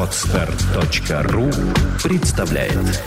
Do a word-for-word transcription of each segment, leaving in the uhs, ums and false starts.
Подстер точка ру представляет.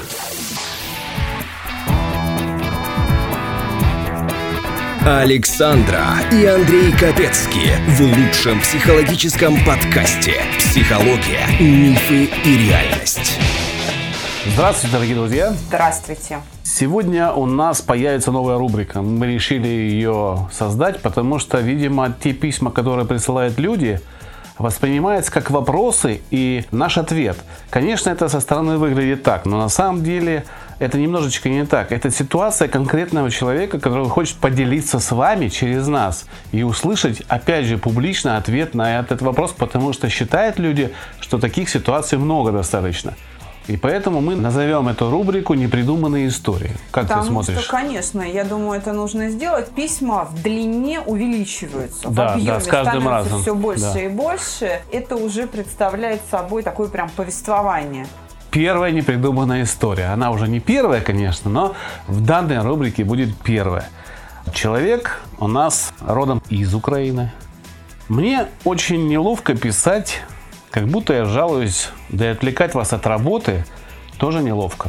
Александра и Андрей Капецки в лучшем психологическом подкасте «Психология, мифы и реальность». Здравствуйте, дорогие друзья. Здравствуйте. Сегодня у нас появится новая рубрика. Мы решили ее создать, потому что, видимо, те письма, которые присылают люди, воспринимаются как вопросы и наш ответ. Конечно, это со стороны выглядит так, но на самом деле это немножечко не так. Это ситуация конкретного человека, который хочет поделиться с вами через нас и услышать, опять же, публично ответ на этот вопрос, потому что считают люди, что таких ситуаций много достаточно. И поэтому мы назовем эту рубрику «Непридуманные истории». Как Потому ты смотришь? Что, конечно, я думаю, это нужно сделать. Письма в длине увеличиваются, да, в объеме да, с каждым становится разом. все больше Да. и больше. Это уже представляет собой такое прям повествование. Первая непридуманная история. Она уже не первая, конечно, но в данной рубрике будет первая. Человек у нас родом из Украины. Мне очень неловко писать, как будто я жалуюсь, да и отвлекать вас от работы тоже неловко.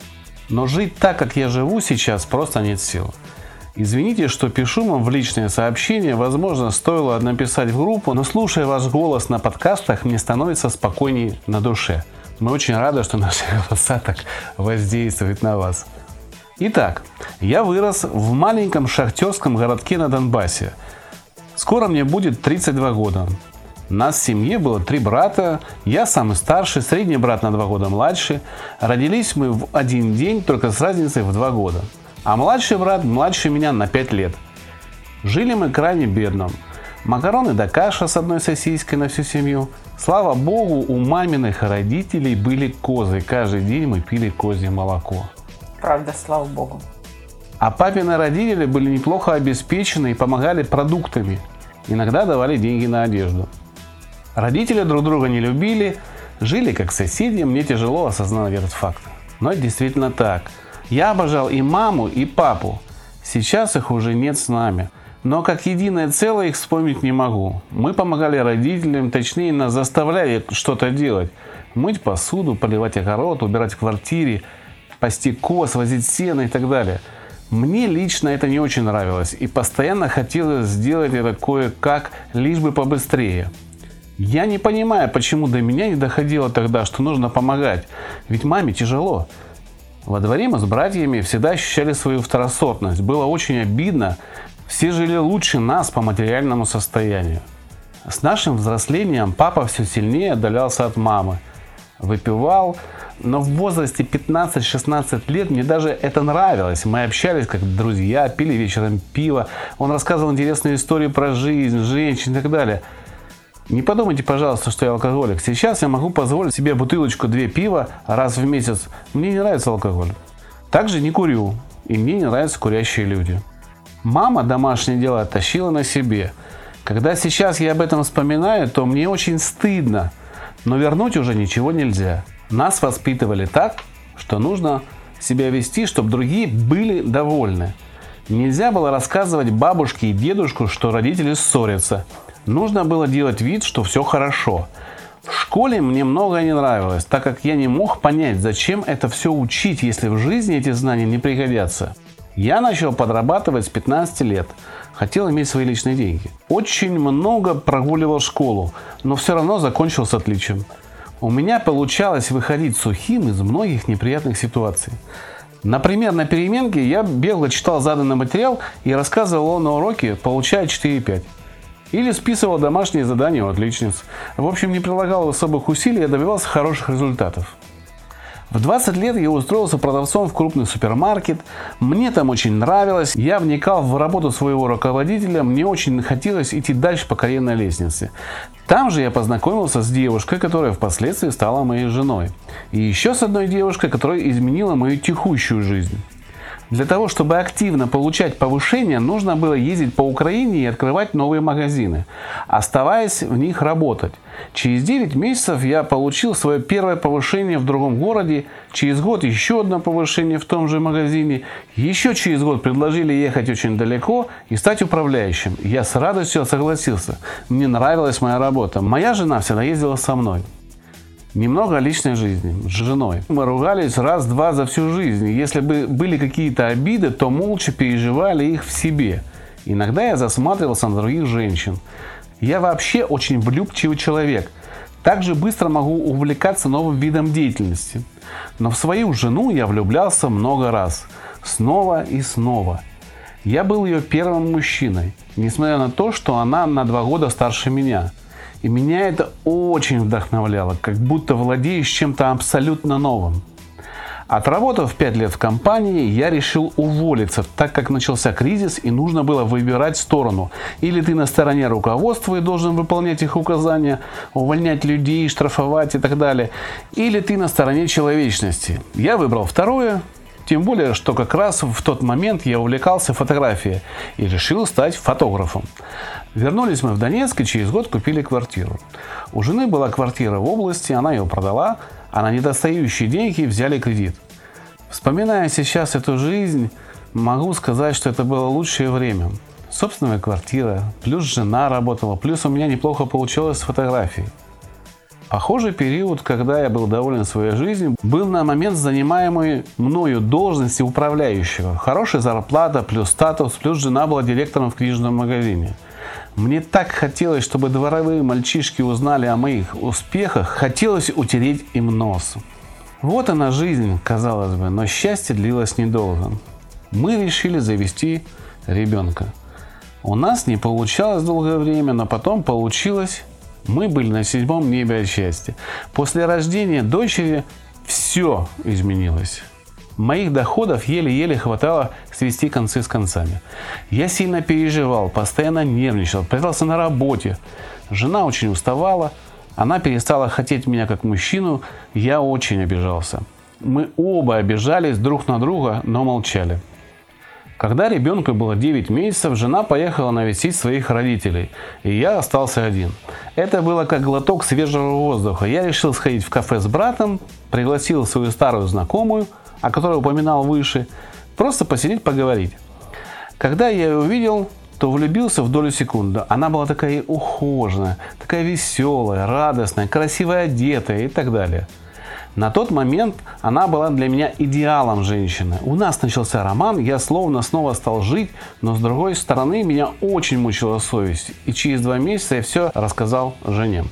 Но жить так, как я живу сейчас, просто нет сил. Извините, что пишу вам в личные сообщения. Возможно, стоило написать в группу, но слушая ваш голос на подкастах, мне становится спокойней на душе. Мы очень рады, что наши голоса так воздействуют на вас. Итак, я вырос в маленьком шахтерском городке на Донбассе. Скоро мне будет тридцать два года. Нас в семье было три брата, я самый старший, средний брат на два года младше. Родились мы в один день, только с разницей в два года. А младший брат младше меня на пять лет. Жили мы крайне бедно. Макароны да каша с одной сосиской на всю семью. Слава богу, у маминых родителей были козы. Каждый день мы пили козье молоко. Правда, слава богу. А папины родители были неплохо обеспечены и помогали продуктами. Иногда давали деньги на одежду. Родители друг друга не любили, жили как соседи. Мне тяжело осознавать этот факт. Но это действительно так. Я обожал и маму, и папу. Сейчас их уже нет с нами. Но как единое целое их вспомнить не могу. Мы помогали родителям, точнее нас заставляли что-то делать. Мыть посуду, поливать огород, убирать в квартире, пасти коз, возить сено и так далее. Мне лично это не очень нравилось. И постоянно хотелось сделать это кое-как, лишь бы побыстрее. Я не понимаю, почему до меня не доходило тогда, что нужно помогать. Ведь маме тяжело. Во дворе мы с братьями всегда ощущали свою второсортность. Было очень обидно. Все жили лучше нас по материальному состоянию. С нашим взрослением папа все сильнее отдалялся от мамы. Выпивал, но в возрасте пятнадцать-шестнадцать лет мне даже это нравилось. Мы общались как друзья, пили вечером пиво. Он рассказывал интересные истории про жизнь, женщин и так далее. Не подумайте, пожалуйста, что я алкоголик. Сейчас я могу позволить себе бутылочку-две пива раз в месяц. Мне не нравится алкоголь. Также не курю. И мне не нравятся курящие люди. Мама домашнее дело тащила на себе. Когда сейчас я об этом вспоминаю, то мне очень стыдно. Но вернуть уже ничего нельзя. Нас воспитывали так, что нужно себя вести, чтобы другие были довольны. Нельзя было рассказывать бабушке и дедушку, что родители ссорятся. Нужно было делать вид, что все хорошо. В школе мне многое не нравилось, так как я не мог понять, зачем это все учить, если в жизни эти знания не пригодятся. Я начал подрабатывать с пятнадцати лет. Хотел иметь свои личные деньги. Очень много прогуливал школу, но все равно закончил с отличием. У меня получалось выходить сухим из многих неприятных ситуаций. Например, на переменке я бегло читал заданный материал и рассказывал его на уроке, получая четыре и пять. Или списывал домашние задания у отличниц. В общем, не прилагал особых усилий, я добивался хороших результатов. В двадцать лет я устроился продавцом в крупный супермаркет. Мне там очень нравилось. Я вникал в работу своего руководителя. Мне очень хотелось идти дальше по карьерной лестнице. Там же я познакомился с девушкой, которая впоследствии стала моей женой. И еще с одной девушкой, которая изменила мою текущую жизнь. Для того, чтобы активно получать повышение, нужно было ездить по Украине и открывать новые магазины, оставаясь в них работать. Через девять месяцев я получил свое первое повышение в другом городе, через год еще одно повышение в том же магазине, еще через год предложили ехать очень далеко и стать управляющим. Я с радостью согласился. Мне нравилась моя работа. Моя жена всегда ездила со мной. Немного о личной жизни с женой. Мы ругались раз-два за всю жизнь. Если бы были какие-то обиды, то молча переживали их в себе. Иногда я засматривался на других женщин. Я вообще очень влюбчивый человек. Также быстро могу увлекаться новым видом деятельности. Но в свою жену я влюблялся много раз. Снова и снова. Я был ее первым мужчиной, несмотря на то, что она на два года старше меня. И меня это очень вдохновляло, как будто владеешь чем-то абсолютно новым. Отработав пять лет в компании, я решил уволиться, так как начался кризис и нужно было выбирать сторону. Или ты на стороне руководства и должен выполнять их указания, увольнять людей, штрафовать и так далее. Или ты на стороне человечности. Я выбрал второе. Тем более, что как раз в тот момент я увлекался фотографией и решил стать фотографом. Вернулись мы в Донецк и через год купили квартиру. У жены была квартира в области, она ее продала, а на недостающие деньги взяли кредит. Вспоминая сейчас эту жизнь, могу сказать, что это было лучшее время. Собственная квартира, плюс жена работала, плюс у меня неплохо получилось с фотографией. Похожий период, когда я был доволен своей жизнью, был на момент занимаемой мною должности управляющего. Хорошая зарплата, плюс статус, плюс жена была директором в книжном магазине. Мне так хотелось, чтобы дворовые мальчишки узнали о моих успехах, хотелось утереть им нос. Вот она жизнь, казалось бы, но счастье длилось недолго. Мы решили завести ребенка. У нас не получалось долгое время, но потом получилось. Мы были на седьмом небе от счастья. После рождения дочери все изменилось. Моих доходов еле-еле хватало свести концы с концами. Я сильно переживал, постоянно нервничал, прятался на работе. Жена очень уставала, она перестала хотеть меня как мужчину, я очень обижался. Мы оба обижались друг на друга, но молчали. Когда ребенку было девять месяцев, жена поехала навестить своих родителей, и я остался один. Это было как глоток свежего воздуха. Я решил сходить в кафе с братом, пригласил свою старую знакомую, о которой упоминал выше, просто посидеть, поговорить. Когда я ее увидел, то влюбился в долю секунды. Она была такая ухоженная, такая веселая, радостная, красиво одетая и так далее. На тот момент она была для меня идеалом женщины. У нас начался роман, я словно снова стал жить, но с другой стороны меня очень мучила совесть. И через два месяца я все рассказал жене.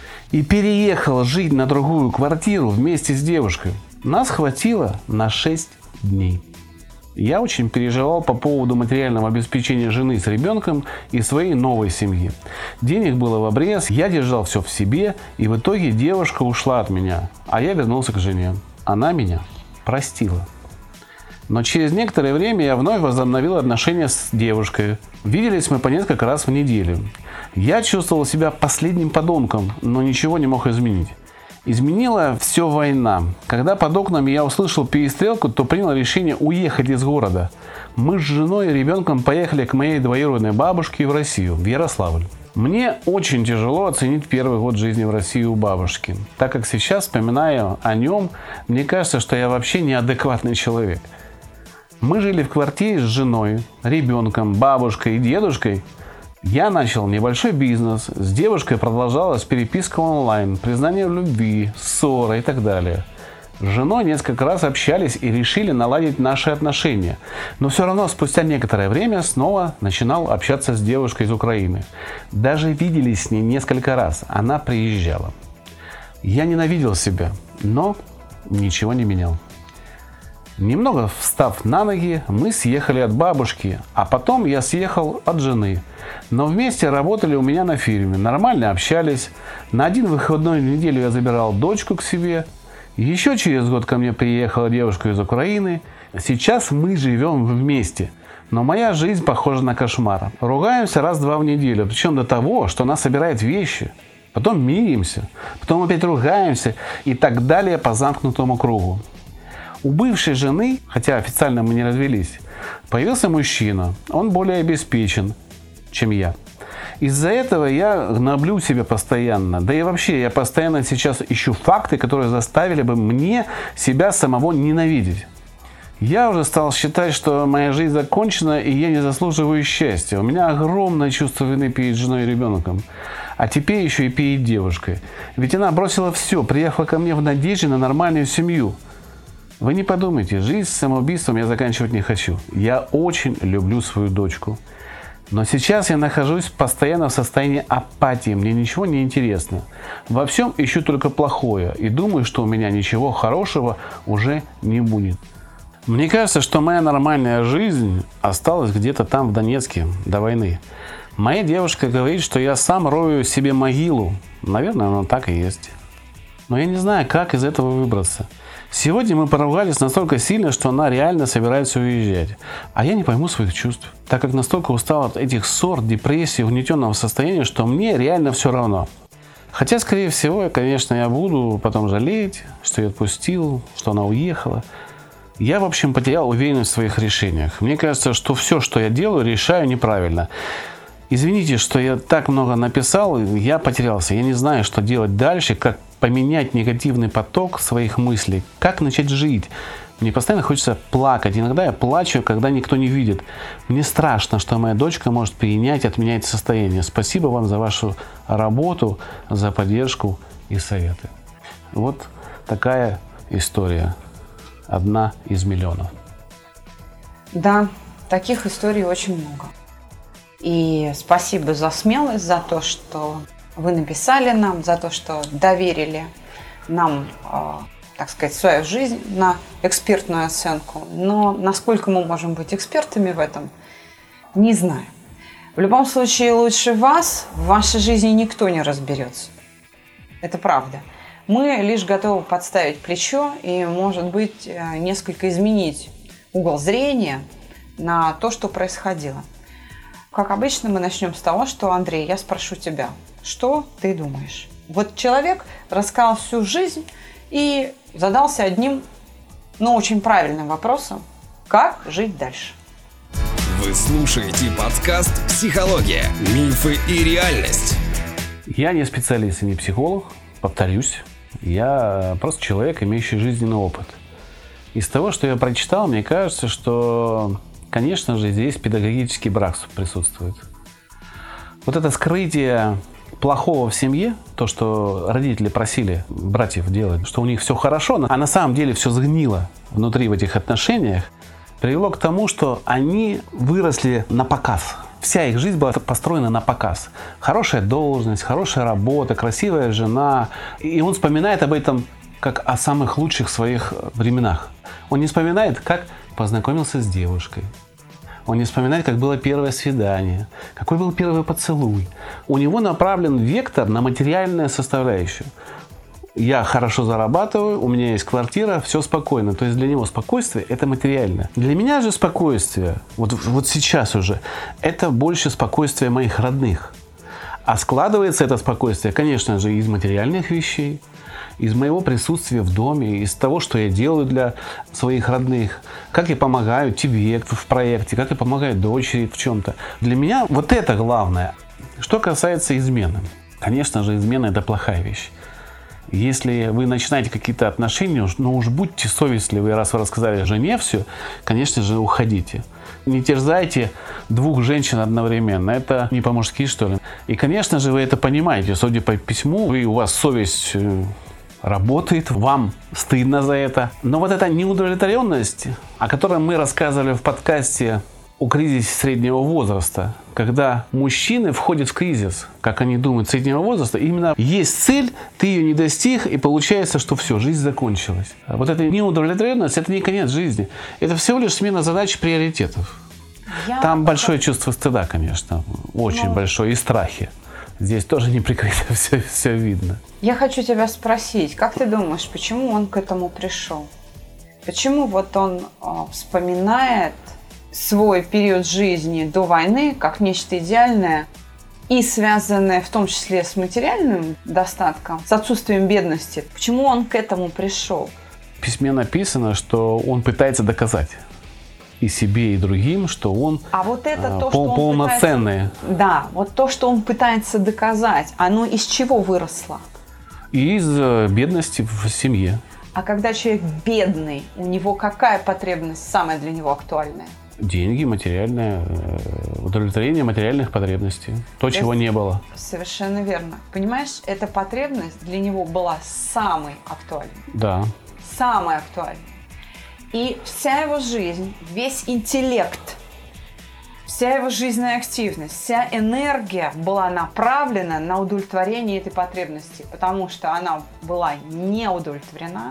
И переехал жить на другую квартиру вместе с девушкой. Нас хватило на шесть дней. Я очень переживал по поводу материального обеспечения жены с ребенком и своей новой семьи. Денег было в обрез, я держал все в себе, и в итоге девушка ушла от меня, а я вернулся к жене. Она меня простила. Но через некоторое время я вновь возобновил отношения с девушкой. Виделись мы по несколько раз в неделю. Я чувствовал себя последним подонком, но ничего не мог изменить. Изменила все война. Когда под окнами я услышал перестрелку, то принял решение уехать из города. Мы с женой и ребенком поехали к моей двоюродной бабушке в Россию, в Ярославль. Мне очень тяжело оценить первый год жизни в России у бабушки, так как сейчас, вспоминая о нем, мне кажется, что я вообще неадекватный человек. Мы жили в квартире с женой, ребенком, бабушкой и дедушкой. Я начал небольшой бизнес, с девушкой продолжалась переписка онлайн, признание в любви, ссоры и так далее. С женой несколько раз общались и решили наладить наши отношения, но все равно спустя некоторое время снова начинал общаться с девушкой из Украины. Даже виделись с ней несколько раз, она приезжала. Я ненавидел себя, но ничего не менял. Немного встав на ноги, мы съехали от бабушки, а потом я съехал от жены. Но вместе работали у меня на фирме, нормально общались. На один выходной в неделю я забирал дочку к себе. Еще через год ко мне приехала девушка из Украины. Сейчас мы живем вместе. Но моя жизнь похожа на кошмар. Ругаемся раз-два в неделю, причем до того, что она собирает вещи. Потом миримся, потом опять ругаемся и так далее по замкнутому кругу. У бывшей жены, хотя официально мы не развелись, появился мужчина. Он более обеспечен, чем я. Из-за этого я гноблю себя постоянно. Да и вообще, я постоянно сейчас ищу факты, которые заставили бы мне себя самого ненавидеть. Я уже стал считать, что моя жизнь закончена, и я не заслуживаю счастья. У меня огромное чувство вины перед женой и ребенком. А теперь еще и перед девушкой. Ведь она бросила все, приехала ко мне в надежде на нормальную семью. Вы не подумайте, жизнь с самоубийством я заканчивать не хочу. Я очень люблю свою дочку. Но сейчас я нахожусь постоянно в состоянии апатии. Мне ничего не интересно. Во всем ищу только плохое. И думаю, что у меня ничего хорошего уже не будет. Мне кажется, что моя нормальная жизнь осталась где-то там, в Донецке, до войны. Моя девушка говорит, что я сам рою себе могилу. Наверное, оно так и есть. Но я не знаю, как из этого выбраться. Сегодня мы поругались настолько сильно, что она реально собирается уезжать. А я не пойму своих чувств, так как настолько устал от этих ссор, депрессии, угнетенного состояния, что мне реально все равно. Хотя, скорее всего, конечно, я буду потом жалеть, что я отпустил, что она уехала. Я, в общем, потерял уверенность в своих решениях. Мне кажется, что все, что я делаю, решаю неправильно. Извините, что я так много написал, я потерялся. Я не знаю, что делать дальше, как поменять негативный поток своих мыслей, как начать жить. Мне постоянно хочется плакать. Иногда я плачу, когда никто не видит. Мне страшно, что моя дочка может перенять от меня это состояние. Спасибо вам за вашу работу, за поддержку и советы. Вот такая история. Одна из миллионов. Да, таких историй очень много. И спасибо за смелость, за то, что вы написали нам, за то, что доверили нам, э, так сказать, свою жизнь на экспертную оценку. Но насколько мы можем быть экспертами в этом, не знаю. В любом случае, лучше вас в вашей жизни никто не разберется. Это правда. Мы лишь готовы подставить плечо и, может быть, несколько изменить угол зрения на то, что происходило. Как обычно, мы начнем с того, что, Андрей, я спрошу тебя, что ты думаешь? Вот человек рассказал всю жизнь и задался одним, но очень правильным вопросом, как жить дальше. Вы слушаете подкаст «Психология. Мифы и реальность». Я не специалист и не психолог, повторюсь. Я просто человек, имеющий жизненный опыт. Из того, что я прочитал, мне кажется, что, конечно же, здесь педагогический брак присутствует. Вот это скрытие плохого в семье, то, что родители просили братьев делать, что у них все хорошо, а на самом деле все сгнило внутри в этих отношениях, привело к тому, что они выросли на показ. Вся их жизнь была построена на показ. Хорошая должность, хорошая работа, красивая жена. И он вспоминает об этом как о самых лучших своих временах. Он не вспоминает, как познакомился с девушкой. Он не вспоминает, как было первое свидание, какой был первый поцелуй. У него направлен вектор на материальную составляющую. Я хорошо зарабатываю, у меня есть квартира, все спокойно. То есть для него спокойствие – это материально. Для меня же спокойствие, вот, вот сейчас уже, это больше спокойствие моих родных. А складывается это спокойствие, конечно же, из материальных вещей, из моего присутствия в доме, из того, что я делаю для своих родных, как я помогаю тебе в проекте, как я помогаю дочери в чем-то. Для меня вот это главное. Что касается измены. Конечно же, измена – это плохая вещь. Если вы начинаете какие-то отношения, ну уж будьте совестливы, раз вы рассказали жене все, конечно же, уходите. Не терзайте двух женщин одновременно. Это не по-мужски, что ли. И, конечно же, вы это понимаете. Судя по письму, вы, у вас совесть работает, вам стыдно за это. Но вот эта неудовлетворенность, о которой мы рассказывали в подкасте о кризисе среднего возраста, когда мужчины входят в кризис, как они думают, среднего возраста, именно есть цель, ты ее не достиг, и получается, что все, жизнь закончилась. А вот эта неудовлетворенность – это не конец жизни. Это всего лишь смена задач и приоритетов. Я Там пока... большое чувство стыда, конечно, очень Но... большое, и страхи. Здесь тоже не прикрыто, все, все видно. Я хочу тебя спросить, как ты думаешь, почему он к этому пришел? Почему вот он о, вспоминает свой период жизни до войны как нечто идеальное и связанное в том числе с материальным достатком, с отсутствием бедности? Почему он к этому пришел? В письме написано, что он пытается доказать и себе, и другим, что он, а вот это а, то, пол, что он полноценный. Пытается, да, вот то, что он пытается доказать, оно из чего выросло? Из бедности в семье. А когда человек бедный, у него какая потребность самая для него актуальная? Деньги, материальное, удовлетворение материальных потребностей. То, чего не было. Совершенно верно. Понимаешь, эта потребность для него была самой актуальной. Да. Самой актуальной. И вся его жизнь, весь интеллект, вся его жизненная активность, вся энергия была направлена на удовлетворение этой потребности, потому что она была не удовлетворена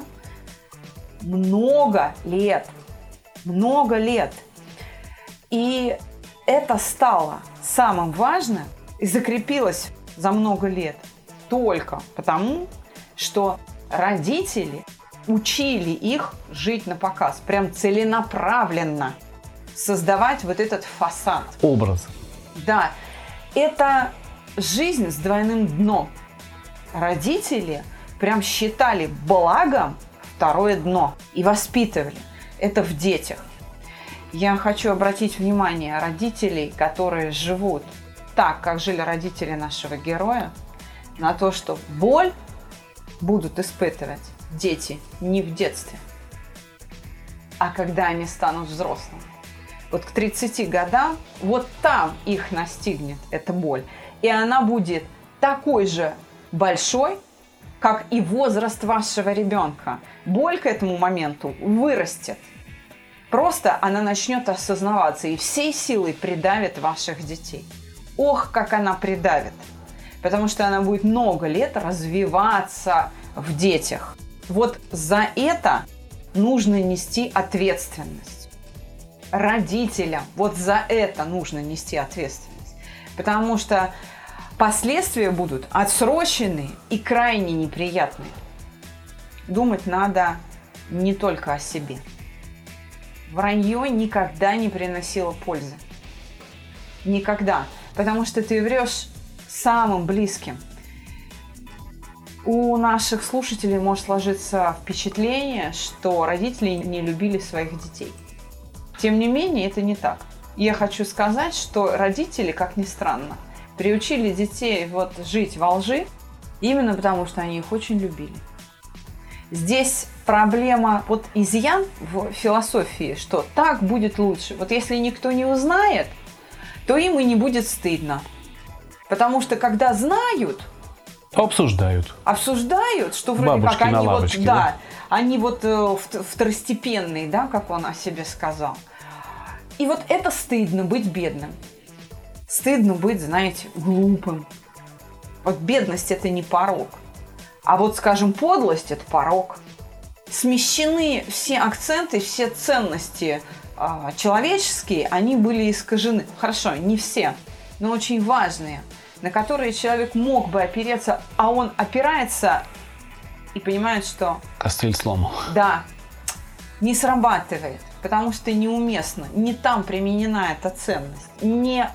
много лет. Много лет. И это стало самым важным и закрепилось за много лет только потому, что родители учили их жить на показ, прям целенаправленно создавать вот этот фасад. Образ. Да, это жизнь с двойным дном. Родители прям считали благом второе дно и воспитывали это в детях. Я хочу обратить внимание родителей, которые живут так, как жили родители нашего героя, на то, что боль будут испытывать дети не в детстве, а когда они станут взрослыми. Вот к тридцати годам, вот там их настигнет эта боль. И она будет такой же большой, как и возраст вашего ребенка. Боль к этому моменту вырастет. Просто она начнет осознаваться и всей силой придавит ваших детей. Ох, как она придавит! Потому что она будет много лет развиваться в детях. Вот за это нужно нести ответственность. Родителям вот за это нужно нести ответственность. Потому что последствия будут отсроченные и крайне неприятные. Думать надо не только о себе. Вранье никогда не приносило пользы. Никогда. Потому что ты врешь самым близким. У наших слушателей может сложиться впечатление, что родители не любили своих детей. Тем не менее, это не так. Я хочу сказать, что родители, как ни странно, приучили детей вот жить во лжи именно потому, что они их очень любили. Здесь проблема, вот изъян в философии, что так будет лучше. Вот если никто не узнает, то им и не будет стыдно. Потому что когда знают, обсуждают. Обсуждают, что вроде бабушки как они на лавочке, вот, да, да? они вот э, второстепенные, да, как он о себе сказал. И вот это стыдно быть бедным. Стыдно быть, знаете, глупым. Вот бедность – это не порок. А вот, скажем, подлость – это порок. Смещены все акценты, все ценности э, человеческие, они были искажены. Хорошо, не все, но очень важные, на которые человек мог бы опереться, а он опирается и понимает, что… Костыль сломал. Да, не срабатывает, потому что неуместно, не там применена эта ценность, не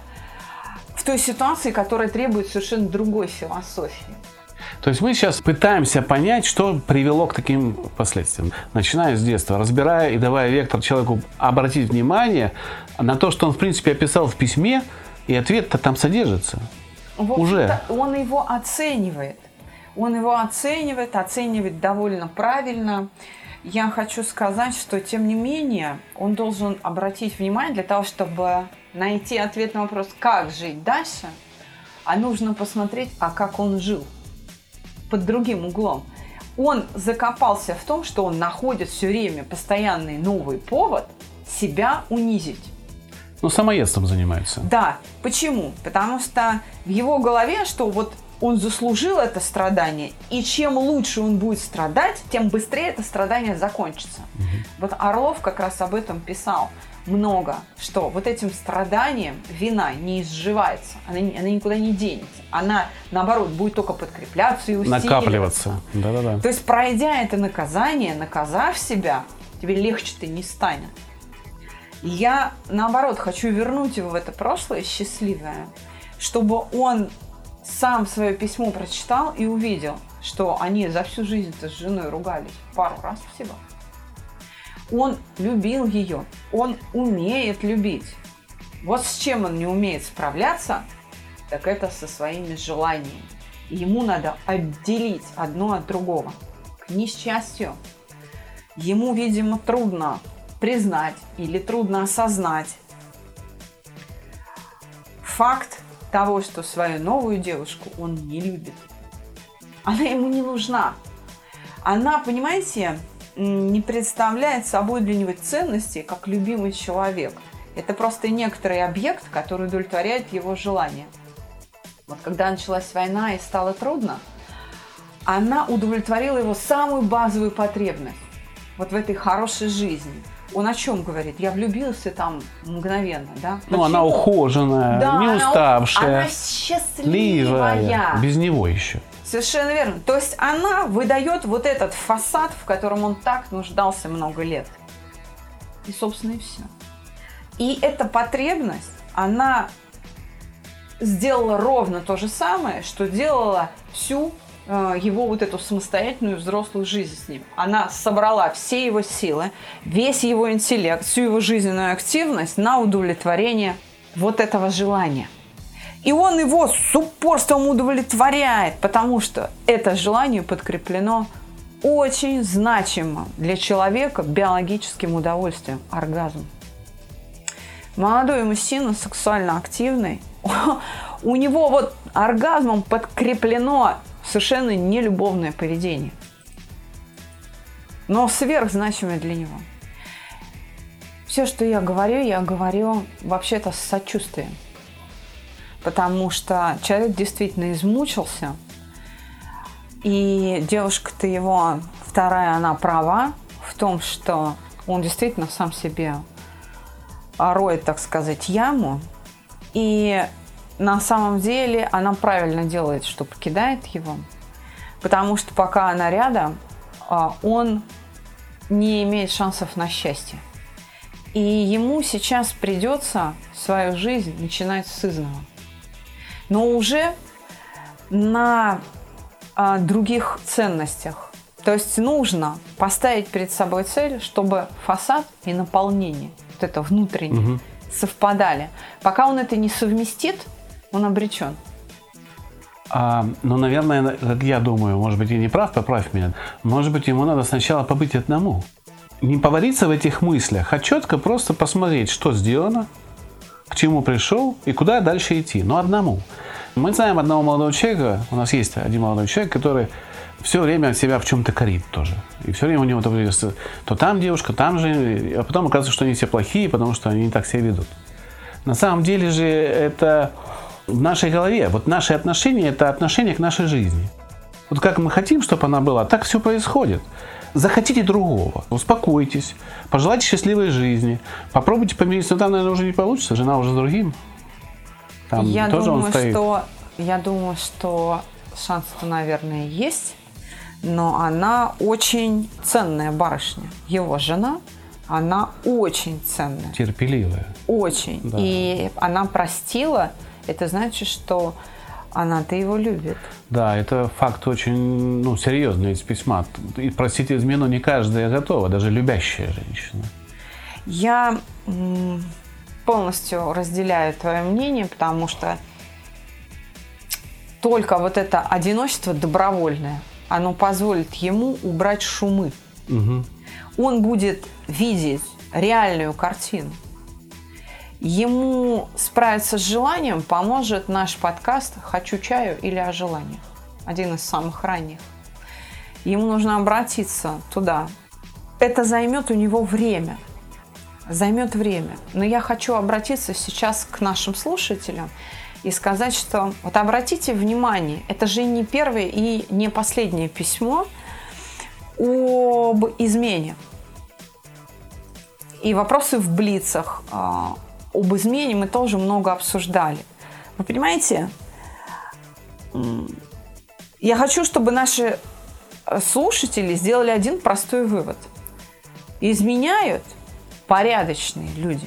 в той ситуации, которая требует совершенно другой философии. То есть мы сейчас пытаемся понять, что привело к таким последствиям. Начиная с детства, разбирая и давая вектор человеку обратить внимание на то, что он, в принципе, описал в письме, и ответ-то там содержится. Вот уже. Он его оценивает. Он его оценивает, оценивает довольно правильно. Я хочу сказать, что, тем не менее, он должен обратить внимание для того, чтобы найти ответ на вопрос, как жить дальше, а нужно посмотреть, а как он жил. Под другим углом. Он закопался в том, что он находит все время постоянный новый повод себя унизить. Ну, самоедством занимается. Да. Почему? Потому что в его голове, что вот он заслужил это страдание, и чем лучше он будет страдать, тем быстрее это страдание закончится. Угу. Вот Орлов как раз об этом писал много, что вот этим страданием вина не изживается, она, она никуда не денется. Она, наоборот, будет только подкрепляться и усиливаться. Накапливаться. Да-да-да. То есть, пройдя это наказание, наказав себя, тебе легче-то не станет. Я, наоборот, хочу вернуть его в это прошлое счастливое, чтобы он сам свое письмо прочитал и увидел, что они за всю жизнь-то с женой ругались пару раз всего. Он любил ее, он умеет любить. Вот с чем он не умеет справляться, так это со своими желаниями. Ему надо отделить одно от другого. К несчастью, ему, видимо, трудно признать или трудно осознать факт того, что свою новую девушку он не любит. Она ему не нужна. Она, понимаете, не представляет собой для него ценности как любимый человек. Это просто некоторый объект, который удовлетворяет его желания. Вот когда началась война и стало трудно, она удовлетворила его самую базовую потребность. Вот в этой хорошей жизни. Он о чем говорит? Я влюбился там мгновенно, да? Ну, Почему? она ухоженная, да, не уставшая, она счастливая. ливая, без него еще. Совершенно верно. То есть она выдает вот этот фасад, в котором он так нуждался много лет. И, собственно, и все. И эта потребность, она сделала ровно то же самое, что делала всю э, его вот эту самостоятельную взрослую жизнь с ним. Она собрала все его силы, весь его интеллект, всю его жизненную активность на удовлетворение вот этого желания. И он его с упорством удовлетворяет, потому что это желание подкреплено очень значимым для человека биологическим удовольствием – оргазм. Молодой мужчина, сексуально активный, у него вот оргазмом подкреплено совершенно нелюбовное поведение, но сверхзначимое для него. Все, что я говорю, я говорю вообще-то с сочувствием. Потому что человек действительно измучился, и девушка-то его, вторая, она права в том, что он действительно сам себе роет, так сказать, яму, и на самом деле она правильно делает, что покидает его, потому что пока она рядом, он не имеет шансов на счастье. И ему сейчас придется свою жизнь начинать с изного. Но уже на а, других ценностях. То есть нужно поставить перед собой цель, чтобы фасад и наполнение, вот это внутреннее, угу. совпадали. Пока он это не совместит, он обречен. А, ну, наверное, как я думаю, может быть, я не прав, поправь меня, может быть, ему надо сначала побыть одному. Не повариться в этих мыслях, а четко просто посмотреть, что сделано, к чему пришел и куда дальше идти, но одному. Мы знаем одного молодого человека, у нас есть один молодой человек, который все время себя в чем-то корит тоже. И все время у него то, то там девушка, там же, а потом оказывается, что они все плохие, потому что они не так себя ведут. На самом деле же это в нашей голове. Вот наши отношения – это отношение к нашей жизни. Вот как мы хотим, чтобы она была, так все происходит. Захотите другого, успокойтесь, пожелайте счастливой жизни, попробуйте помириться, но там, наверное, уже не получится, жена уже с другим. Там я, тоже думаю, он стоит. Что, я думаю, что шанс-то, наверное, есть, но она очень ценная барышня. Его жена, она очень ценная. Терпеливая. Очень. Да. И она простила, это значит, что она-то его любит. Да, это факт очень ну, серьезный из письма. И простить измену не каждая готова, даже любящая женщина. Я м- полностью разделяю твое мнение, потому что только вот это одиночество добровольное, оно позволит ему убрать шумы. Угу. Он будет видеть реальную картину. Ему справиться с желанием поможет наш подкаст «Хочу чаю» или «О желаниях». Один из самых ранних. Ему нужно обратиться туда. Это займет у него время. Займет время. Но я хочу обратиться сейчас к нашим слушателям и сказать, что вот обратите внимание, это же не первое и не последнее письмо об измене. И вопросы в блицах об измене мы тоже много обсуждали. Вы понимаете, я хочу, чтобы наши слушатели сделали один простой вывод. Изменяют порядочные люди.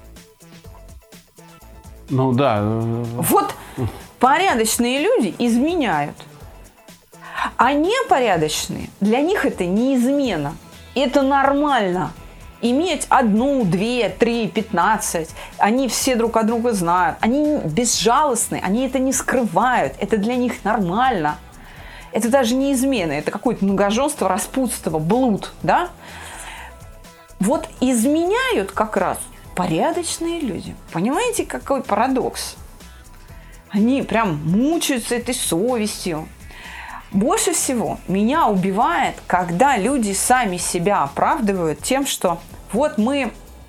Ну да. Вот порядочные люди изменяют. А непорядочные, для них это не измена. Это нормально. Иметь одну, две, три, пятнадцать. Они все друг от друга знают. Они безжалостны, они это не скрывают. Это для них нормально. Это даже не измена, это какое-то многоженство, распутство, блуд, да? Вот изменяют как раз порядочные люди. Понимаете, какой парадокс? Они прям мучаются этой совестью. Больше всего меня убивает, когда люди сами себя оправдывают тем, что вот мы,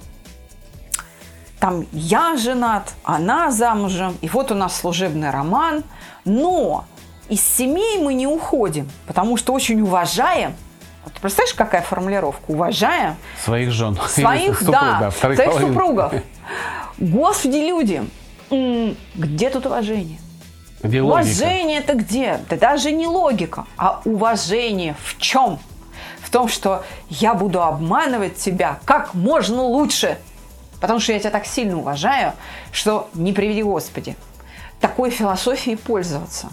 там, я женат, она замужем, и вот у нас служебный роман, но из семей мы не уходим, потому что очень уважаем. Вот, представляешь, какая формулировка? Уважаем своих жен. Своих, да, своих половин. Супругов. Господи, люди, где тут уважение? Где уважение это где? Да даже не логика, а уважение в чем? В том, что я буду обманывать тебя как можно лучше, потому что я тебя так сильно уважаю, что не приведи Господи. Такой философией пользоваться.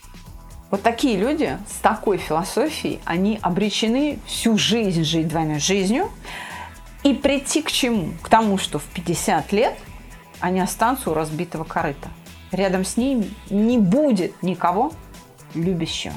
Вот такие люди с такой философией, они обречены всю жизнь жить двойной жизнью и прийти к чему? К тому, что в пятьдесят лет они останутся у разбитого корыта. Рядом с ними не будет никого любящего.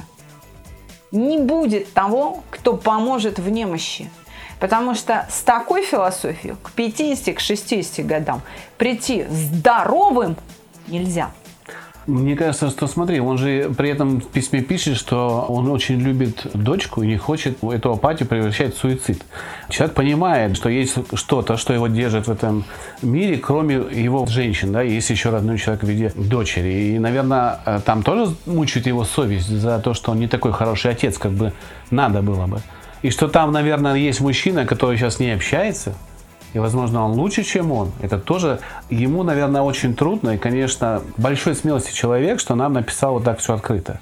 Не будет того, кто поможет в немощи. Потому что с такой философией к пятидесяти, к шестидесяти годам прийти здоровым нельзя. Мне кажется, что смотри, он же при этом в письме пишет, что он очень любит дочку и не хочет эту апатию превращать в суицид. Человек понимает, что есть что-то, что его держит в этом мире, кроме его женщин, да, есть еще родной человек в виде дочери. И, наверное, там тоже мучает его совесть за то, что он не такой хороший отец, как бы надо было бы. И что там, наверное, есть мужчина, который сейчас не общается, и, возможно, он лучше, чем он. Это тоже ему, наверное, очень трудно. И, конечно, большой смелости человек, что нам написал вот так все открыто.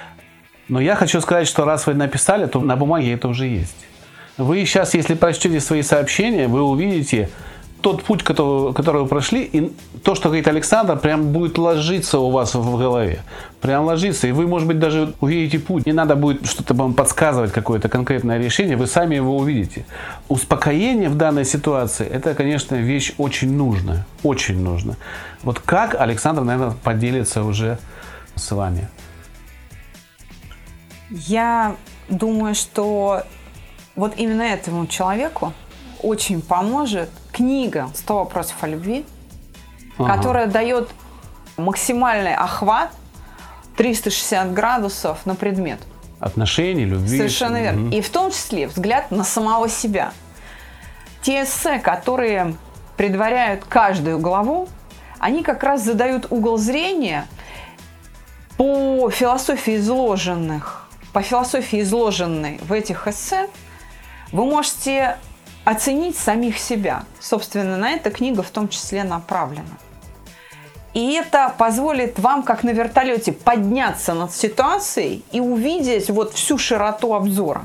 Но я хочу сказать, что раз вы написали, то на бумаге это уже есть. Вы сейчас, если прочтете свои сообщения, вы увидите тот путь, который, который вы прошли, и то, что говорит Александр, прям будет ложиться у вас в голове. Прям ложиться. И вы, может быть, даже увидите путь. Не надо будет что-то вам подсказывать, какое-то конкретное решение. Вы сами его увидите. Успокоение в данной ситуации, это, конечно, вещь очень нужная. Очень нужна. Вот как Александр, наверное, поделится уже с вами? Я думаю, что вот именно этому человеку очень поможет книга «сто вопросов о любви», ага. которая дает максимальный охват триста шестьдесят градусов на предмет. Отношений, любви. Совершенно верно. Угу. И в том числе взгляд на самого себя. Те эссе, которые предваряют каждую главу, они как раз задают угол зрения по философии изложенных, по философии изложенной в этих эссе. Вы можете оценить самих себя. Собственно, на это книга в том числе направлена. И это позволит вам, как на вертолете, подняться над ситуацией и увидеть вот всю широту обзора.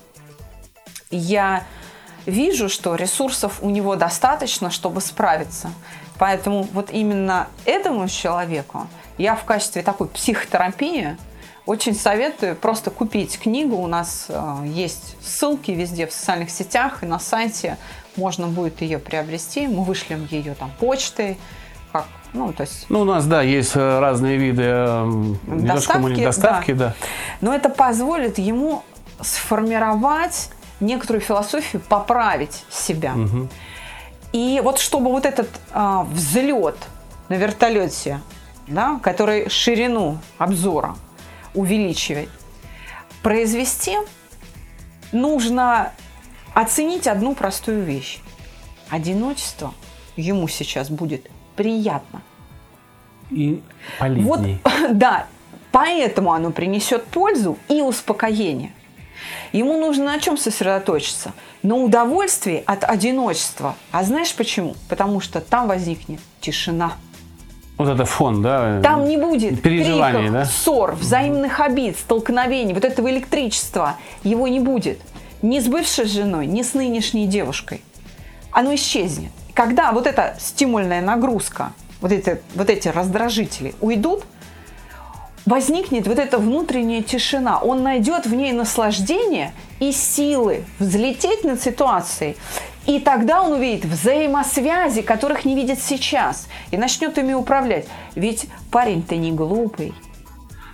Я вижу, что ресурсов у него достаточно, чтобы справиться. Поэтому вот именно этому человеку я в качестве такой психотерапии очень советую просто купить книгу. У нас э, есть ссылки везде в социальных сетях и на сайте. Можно будет ее приобрести. Мы вышлем ее там почтой. Как, ну, то есть... ну, у нас, да, есть разные виды э, доставки, доставки да. да. Но это позволит ему сформировать некоторую философию, поправить себя. Угу. И вот чтобы вот этот э, взлет на вертолете, да, который ширину обзора увеличивать, произвести, нужно оценить одну простую вещь. Одиночество ему сейчас будет приятно. И полезней. Вот, да, поэтому оно принесет пользу и успокоение. Ему нужно на чем сосредоточиться? На удовольствии от одиночества. А знаешь почему? Потому что там возникнет тишина. Вот это фон, да? Там не будет переживаний, криков, да? ссор, взаимных обид, столкновений, вот этого электричества. Его не будет. Ни с бывшей женой, ни с нынешней девушкой. Оно исчезнет. Когда вот эта стимульная нагрузка, вот эти, вот эти раздражители уйдут, возникнет вот эта внутренняя тишина. Он найдет в ней наслаждение и силы взлететь над ситуацией. И тогда он увидит взаимосвязи, которых не видит сейчас. И начнет ими управлять. Ведь парень-то не глупый.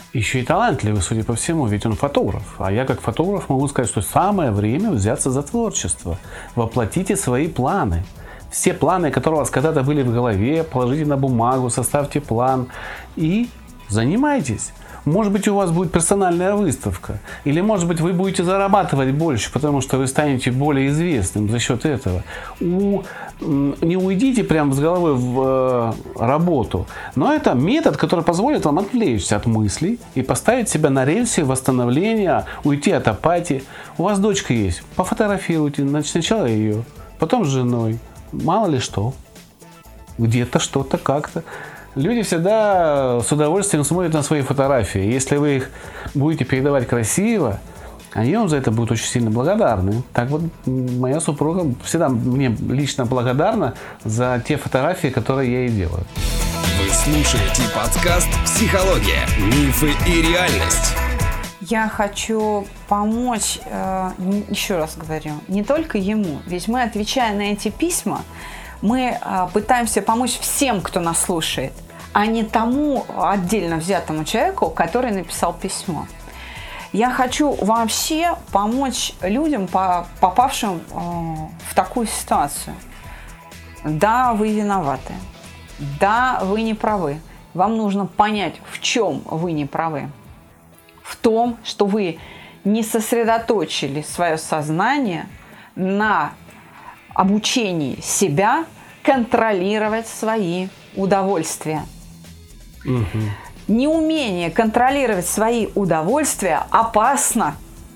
Еще и талантливый, судя по всему, ведь он фотограф. А я как фотограф могу сказать, что самое время взяться за творчество. Воплотите свои планы. Все планы, которые у вас когда-то были в голове, положите на бумагу, составьте план и занимайтесь. Может быть, у вас будет персональная выставка. Или, может быть, вы будете зарабатывать больше, потому что вы станете более известным за счет этого. У, не уйдите прямо с головой в э, работу. Но это метод, который позволит вам отвлечься от мыслей и поставить себя на рельсе восстановления, уйти от апатии. У вас дочка есть. Пофотографируйте. Значит, сначала ее, потом с женой. Мало ли что. Где-то что-то как-то. Люди всегда с удовольствием смотрят на свои фотографии. Если вы их будете передавать красиво, они вам за это будут очень сильно благодарны. Так вот, моя супруга всегда мне лично благодарна за те фотографии, которые я ей делаю. Вы слушаете подкаст «Психология. Мифы и реальность». Я хочу помочь, еще раз говорю, не только ему. Ведь мы, отвечая на эти письма, мы пытаемся помочь всем, кто нас слушает, а не тому отдельно взятому человеку, который написал письмо. Я хочу вообще помочь людям, попавшим в такую ситуацию. Да, вы виноваты. Да, вы не правы. Вам нужно понять, в чем вы не правы. В том, что вы не сосредоточили свое сознание на обучении себя контролировать свои удовольствия. Угу. Неумение контролировать свои удовольствия опасно.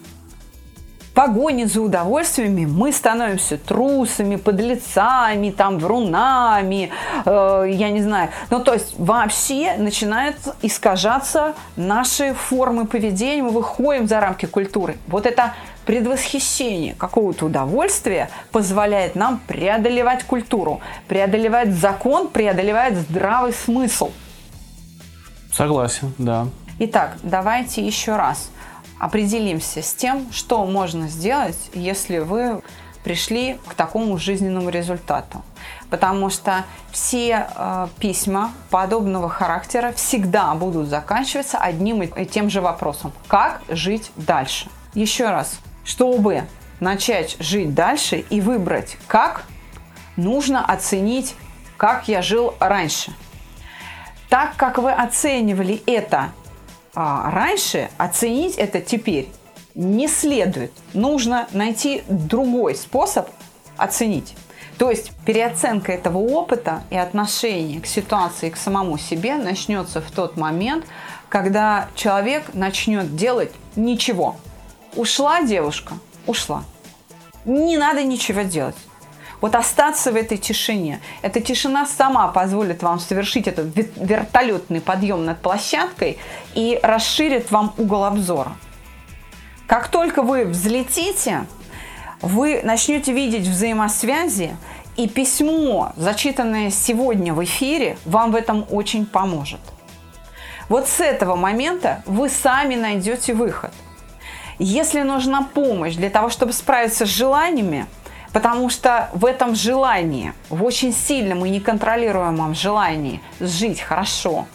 В погоне за удовольствиями мы становимся трусами, подлецами, там, врунами, э, я не знаю. Ну, то есть вообще начинают искажаться наши формы поведения, мы выходим за рамки культуры. Вот это предвосхищение какого-то удовольствия позволяет нам преодолевать культуру, преодолевать закон, преодолевать здравый смысл. Согласен, да. Итак, давайте еще раз определимся с тем, что можно сделать, если вы пришли к такому жизненному результату. Потому что все э, письма подобного характера всегда будут заканчиваться одним и тем же вопросом. Как жить дальше? Еще раз, чтобы начать жить дальше и выбрать как, нужно оценить, как я жил раньше. Так как вы оценивали это а, раньше, оценить это теперь не следует. Нужно найти другой способ оценить. То есть переоценка этого опыта и отношения к ситуации, к самому себе начнется в тот момент, когда человек начнет делать ничего. Ушла девушка? Ушла. Не надо ничего делать. Вот остаться в этой тишине. Эта тишина сама позволит вам совершить этот вертолетный подъем над площадкой и расширит вам угол обзора. Как только вы взлетите, вы начнете видеть взаимосвязи, и письмо, зачитанное сегодня в эфире, вам в этом очень поможет. Вот с этого момента вы сами найдете выход. Если нужна помощь для того, чтобы справиться с желаниями, потому что в этом желании, в очень сильном и неконтролируемом желании жить хорошо,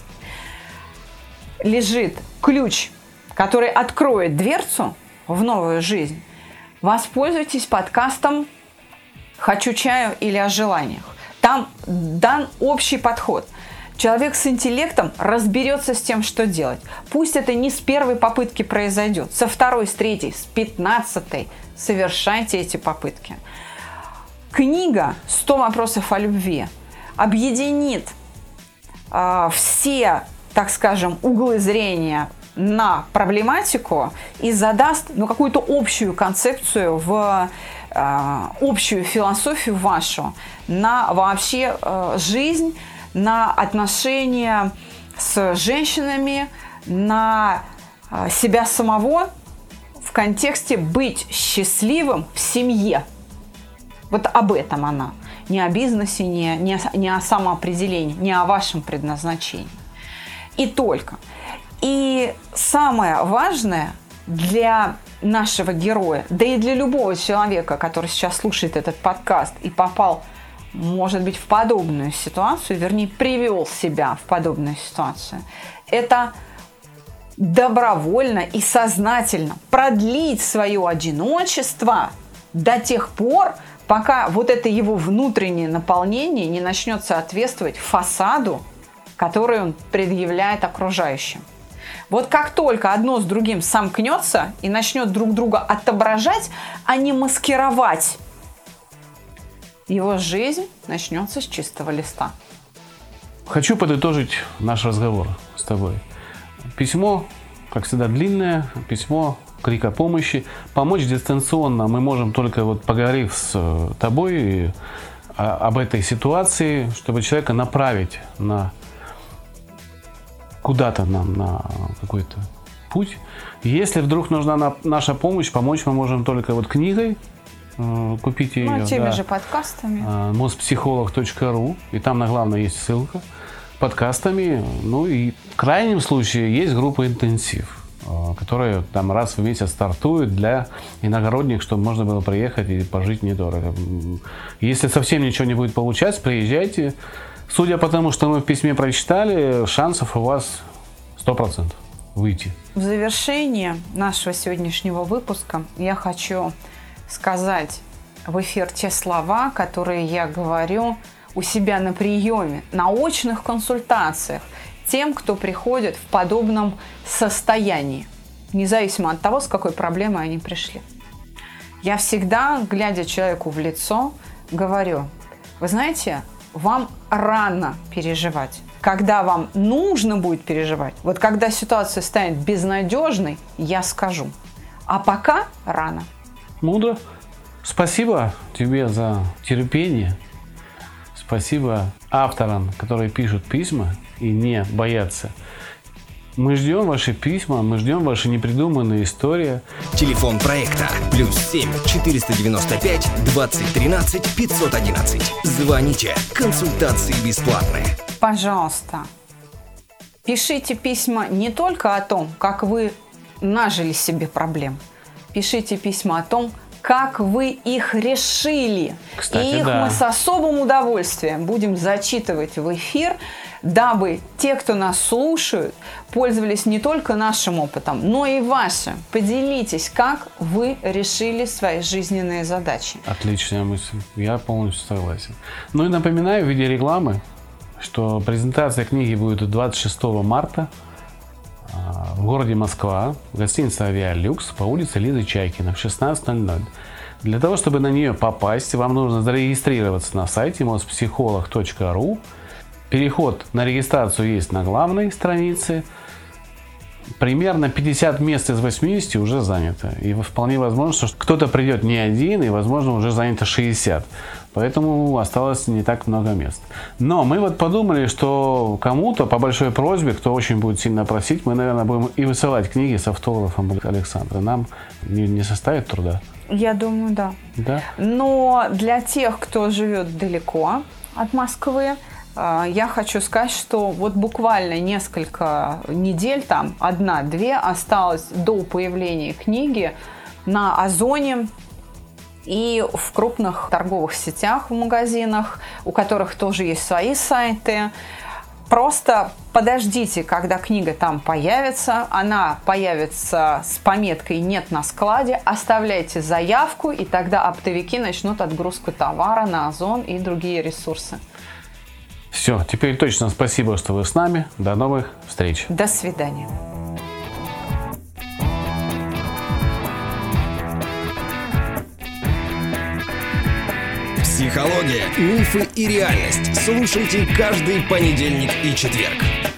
лежит ключ, который откроет дверцу в новую жизнь, воспользуйтесь подкастом «Хочу чаю» или «О желаниях». Там дан общий подход. Человек с интеллектом разберется с тем, что делать. Пусть это не с первой попытки произойдет, со второй, с третьей, с пятнадцатой совершайте эти попытки. Книга «сто вопросов о любви» объединит э, все, так скажем, углы зрения на проблематику и задаст ну, какую-то общую концепцию, в э, общую философию вашу на вообще э, жизнь, на отношения с женщинами, на э, себя самого в контексте быть счастливым в семье. Вот об этом она. Не о бизнесе, не, не, не о самоопределении, не о вашем предназначении. И только. И самое важное для нашего героя, да и для любого человека, который сейчас слушает этот подкаст и попал, может быть, в подобную ситуацию, вернее, привел себя в подобную ситуацию, это добровольно и сознательно продлить свое одиночество до тех пор, пока вот это его внутреннее наполнение не начнет соответствовать фасаду, который он предъявляет окружающим. Вот как только одно с другим сомкнется и начнет друг друга отображать, а не маскировать, его жизнь начнется с чистого листа. Хочу подытожить наш разговор с тобой. Письмо, как всегда, длинное, письмо, крик о помощи. Помочь дистанционно мы можем только вот поговорив с тобой об этой ситуации, чтобы человека направить на куда-то нам, на какой-то путь. Если вдруг нужна наша помощь, помочь мы можем только вот книгой, купить ее. Ну, теми да, же подкастами. мозпсихолог точка ру, и там на главное есть ссылка. Подкастами, ну и в крайнем случае есть группа «Интенсив», которая там раз в месяц стартует для иногородних, чтобы можно было приехать и пожить недорого. Если совсем ничего не будет получаться, приезжайте. Судя по тому, что мы в письме прочитали, шансов у вас сто процентов выйти. В завершение нашего сегодняшнего выпуска я хочу сказать в эфир те слова, которые я говорю у себя на приеме, на очных консультациях тем, кто приходит в подобном состоянии, независимо от того, с какой проблемой они пришли. Я всегда, глядя человеку в лицо, говорю: вы знаете, вам рано переживать. Когда вам нужно будет переживать, вот когда ситуация станет безнадежной, я скажу. А пока рано. Мудро. Спасибо тебе за терпение. Спасибо авторам, которые пишут письма и не боятся. Мы ждем ваши письма, мы ждем ваши непридуманные истории. Телефон проекта плюс семь четыреста девяносто пять двадцать тринадцать пятьсот одиннадцать. Звоните. Консультации бесплатные. Пожалуйста, пишите письма не только о том, как вы нажили себе проблем. Пишите письма о том, как вы их решили. Кстати, и их да. мы с особым удовольствием будем зачитывать в эфир, дабы те, кто нас слушают, пользовались не только нашим опытом, но и вашим. Поделитесь, как вы решили свои жизненные задачи. Отличная мысль. Я полностью согласен. Ну и напоминаю в виде рекламы, что презентация книги будет двадцать шестого марта в городе Москва, в гостинице «Авиалюкс» по улице Лизы Чайкина в шестнадцать ноль ноль. Для того, чтобы на нее попасть, вам нужно зарегистрироваться на сайте мозпсихолог точка ру. Переход на регистрацию есть на главной странице. Примерно пятьдесят мест из восьмидесяти уже занято. И вполне возможно, что кто-то придет не один, и, возможно, уже занято шестьдесят. Поэтому осталось не так много мест. Но мы вот подумали, что кому-то, по большой просьбе, кто очень будет сильно просить, мы, наверное, будем и высылать книги с автографом Александра. Нам не, не составит труда? Я думаю, да. Да. Но для тех, кто живет далеко от Москвы, я хочу сказать, что вот буквально несколько недель, там одна-две, осталось до появления книги на Озоне и в крупных торговых сетях, в магазинах, у которых тоже есть свои сайты. Просто подождите, когда книга там появится. Она появится с пометкой «Нет на складе». Оставляйте заявку, и тогда оптовики начнут отгрузку товара на Озон и другие ресурсы. Все, теперь точно спасибо, что вы с нами. До новых встреч. До свидания. Психология, мифы и реальность. Слушайте каждый понедельник и четверг.